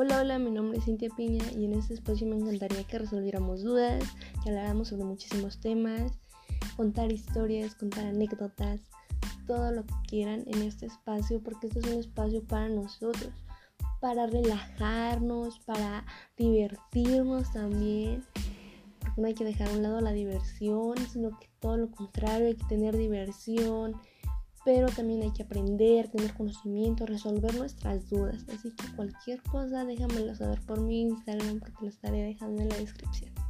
Hola, hola, mi nombre es Cintia Piña y en este espacio me encantaría que resolviéramos dudas, que habláramos sobre muchísimos temas, contar historias, contar anécdotas, todo lo que quieran en este espacio, porque este es un espacio para nosotros, para relajarnos, para divertirnos también, porque no hay que dejar a un lado la diversión, sino que todo lo contrario, hay que tener diversión, pero también hay que aprender, tener conocimiento, resolver nuestras dudas. Así que cualquier cosa déjamelo saber por mi Instagram, que te lo estaré dejando en la descripción.